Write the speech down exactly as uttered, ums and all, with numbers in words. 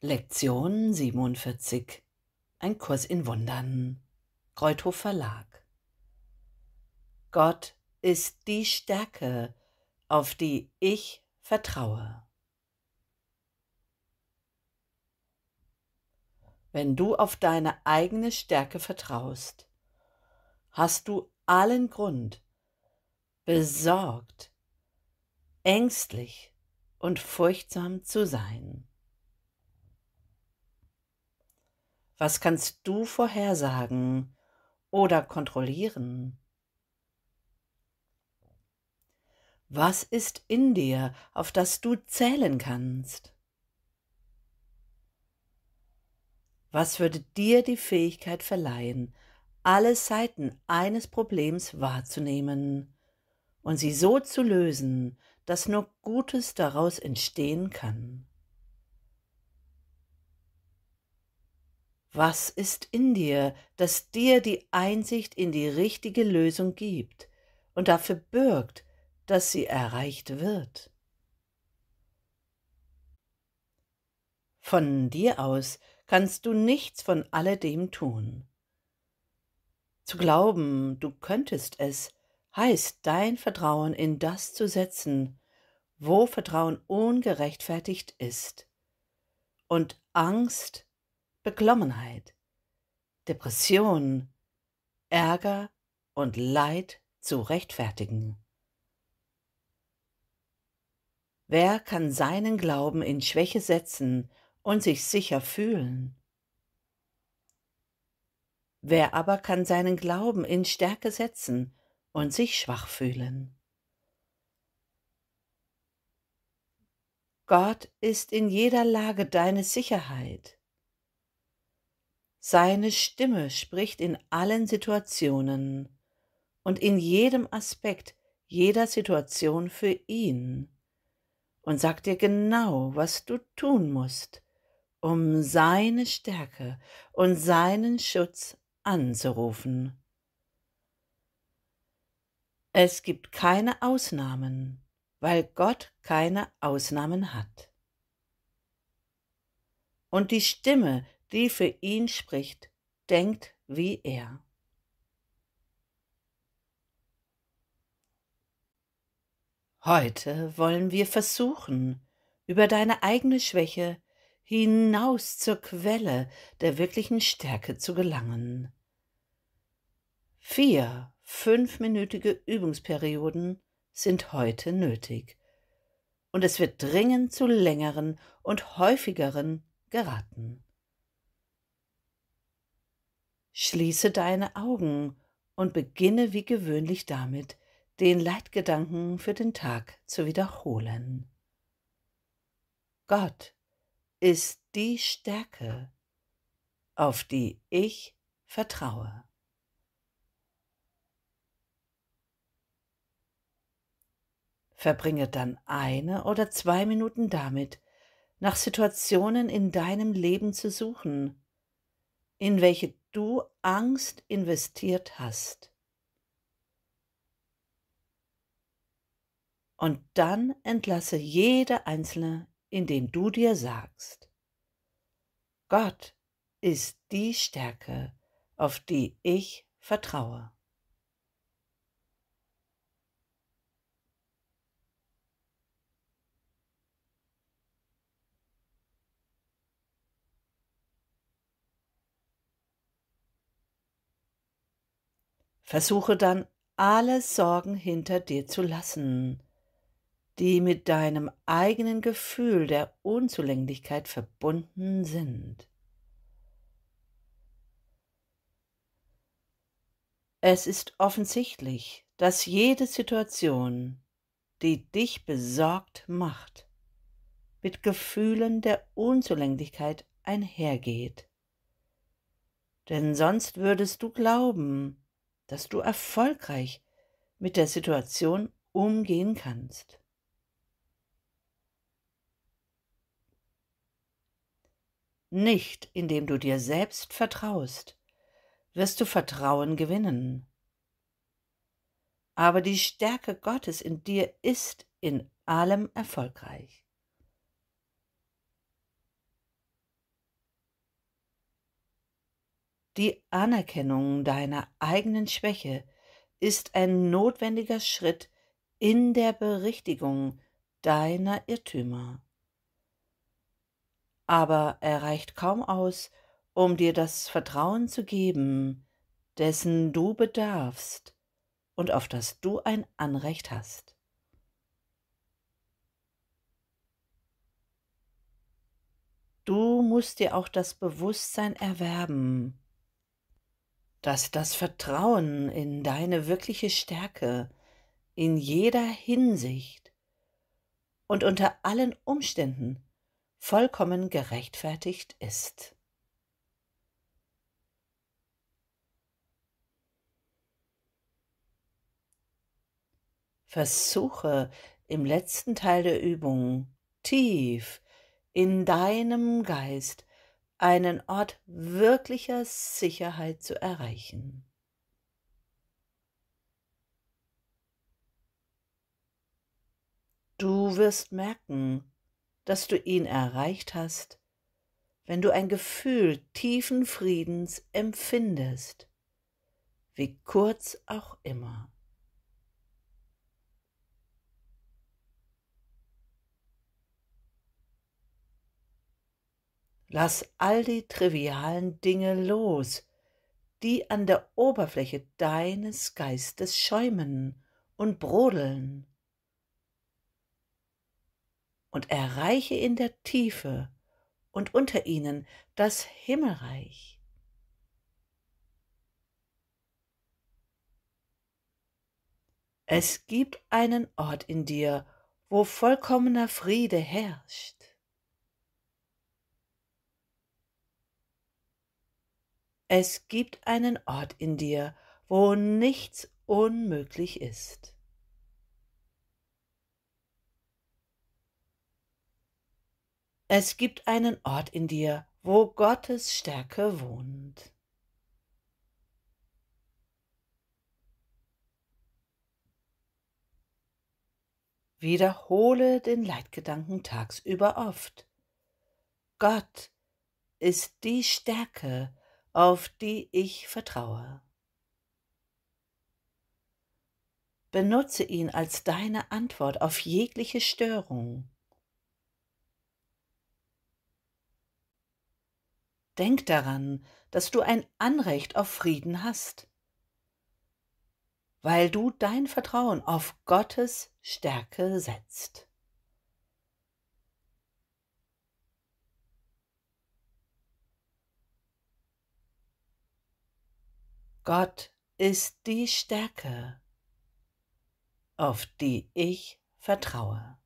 Lektion siebenundvierzig. Ein Kurs in Wundern. Kreuthof Verlag. Gott ist die Stärke, auf die ich vertraue. Wenn du auf deine eigene Stärke vertraust, hast du allen Grund, besorgt, ängstlich und furchtsam zu sein. Was kannst du vorhersagen oder kontrollieren? Was ist in dir, auf das du zählen kannst? Was würde dir die Fähigkeit verleihen, alle Seiten eines Problems wahrzunehmen und sie so zu lösen, dass nur Gutes daraus entstehen kann? Was ist in dir, das dir die Einsicht in die richtige Lösung gibt und dafür bürgt, dass sie erreicht wird? Von dir aus kannst du nichts von alledem tun. Zu glauben, du könntest es, heißt dein Vertrauen in das zu setzen, wo Vertrauen ungerechtfertigt ist und Angst, Beklommenheit, Depression, Ärger und Leid zu rechtfertigen. Wer kann seinen Glauben in Schwäche setzen und sich sicher fühlen? Wer aber kann seinen Glauben in Stärke setzen und sich schwach fühlen? Gott ist in jeder Lage deine Sicherheit. Seine Stimme spricht in allen Situationen und in jedem Aspekt jeder Situation für ihn und sagt dir genau, was du tun musst, um seine Stärke und seinen Schutz anzurufen. Es gibt keine Ausnahmen, weil Gott keine Ausnahmen hat. Und die Stimme, die für ihn spricht, denkt wie er. Heute wollen wir versuchen, über deine eigene Schwäche hinaus zur Quelle der wirklichen Stärke zu gelangen. Vier fünfminütige Übungsperioden sind heute nötig, und es wird dringend zu längeren und häufigeren geraten. Schließe deine Augen und beginne wie gewöhnlich damit, den Leitgedanken für den Tag zu wiederholen. Gott ist die Stärke, auf die ich vertraue. Verbringe dann eine oder zwei Minuten damit, nach Situationen in deinem Leben zu suchen, in welche du Angst investiert hast. Und dann entlasse jede einzelne, indem du dir sagst: Gott ist die Stärke, auf die ich vertraue. Versuche dann, alle Sorgen hinter dir zu lassen, die mit deinem eigenen Gefühl der Unzulänglichkeit verbunden sind. Es ist offensichtlich, dass jede Situation, die dich besorgt macht, mit Gefühlen der Unzulänglichkeit einhergeht. Denn sonst würdest du glauben, dass du erfolgreich mit der Situation umgehen kannst. Nicht indem du dir selbst vertraust, wirst du Vertrauen gewinnen. Aber die Stärke Gottes in dir ist in allem erfolgreich. Die Anerkennung deiner eigenen Schwäche ist ein notwendiger Schritt in der Berichtigung deiner Irrtümer. Aber er reicht kaum aus, um dir das Vertrauen zu geben, dessen du bedarfst und auf das du ein Anrecht hast. Du musst dir auch das Bewusstsein erwerben, dass das Vertrauen in deine wirkliche Stärke in jeder Hinsicht und unter allen Umständen vollkommen gerechtfertigt ist. Versuche im letzten Teil der Übung tief in deinem Geist einen Ort wirklicher Sicherheit zu erreichen. Du wirst merken, dass du ihn erreicht hast, wenn du ein Gefühl tiefen Friedens empfindest, wie kurz auch immer. Lass all die trivialen Dinge los, die an der Oberfläche deines Geistes schäumen und brodeln, und erreiche in der Tiefe und unter ihnen das Himmelreich. Es gibt einen Ort in dir, wo vollkommener Friede herrscht. Es gibt einen Ort in dir, wo nichts unmöglich ist. Es gibt einen Ort in dir, wo Gottes Stärke wohnt. Wiederhole den Leitgedanken tagsüber oft. Gott ist die Stärke, auf die ich vertraue. Benutze ihn als deine Antwort auf jegliche Störung. Denk daran, dass du ein Anrecht auf Frieden hast, weil du dein Vertrauen auf Gottes Stärke setzt. Gott ist die Stärke, auf die ich vertraue.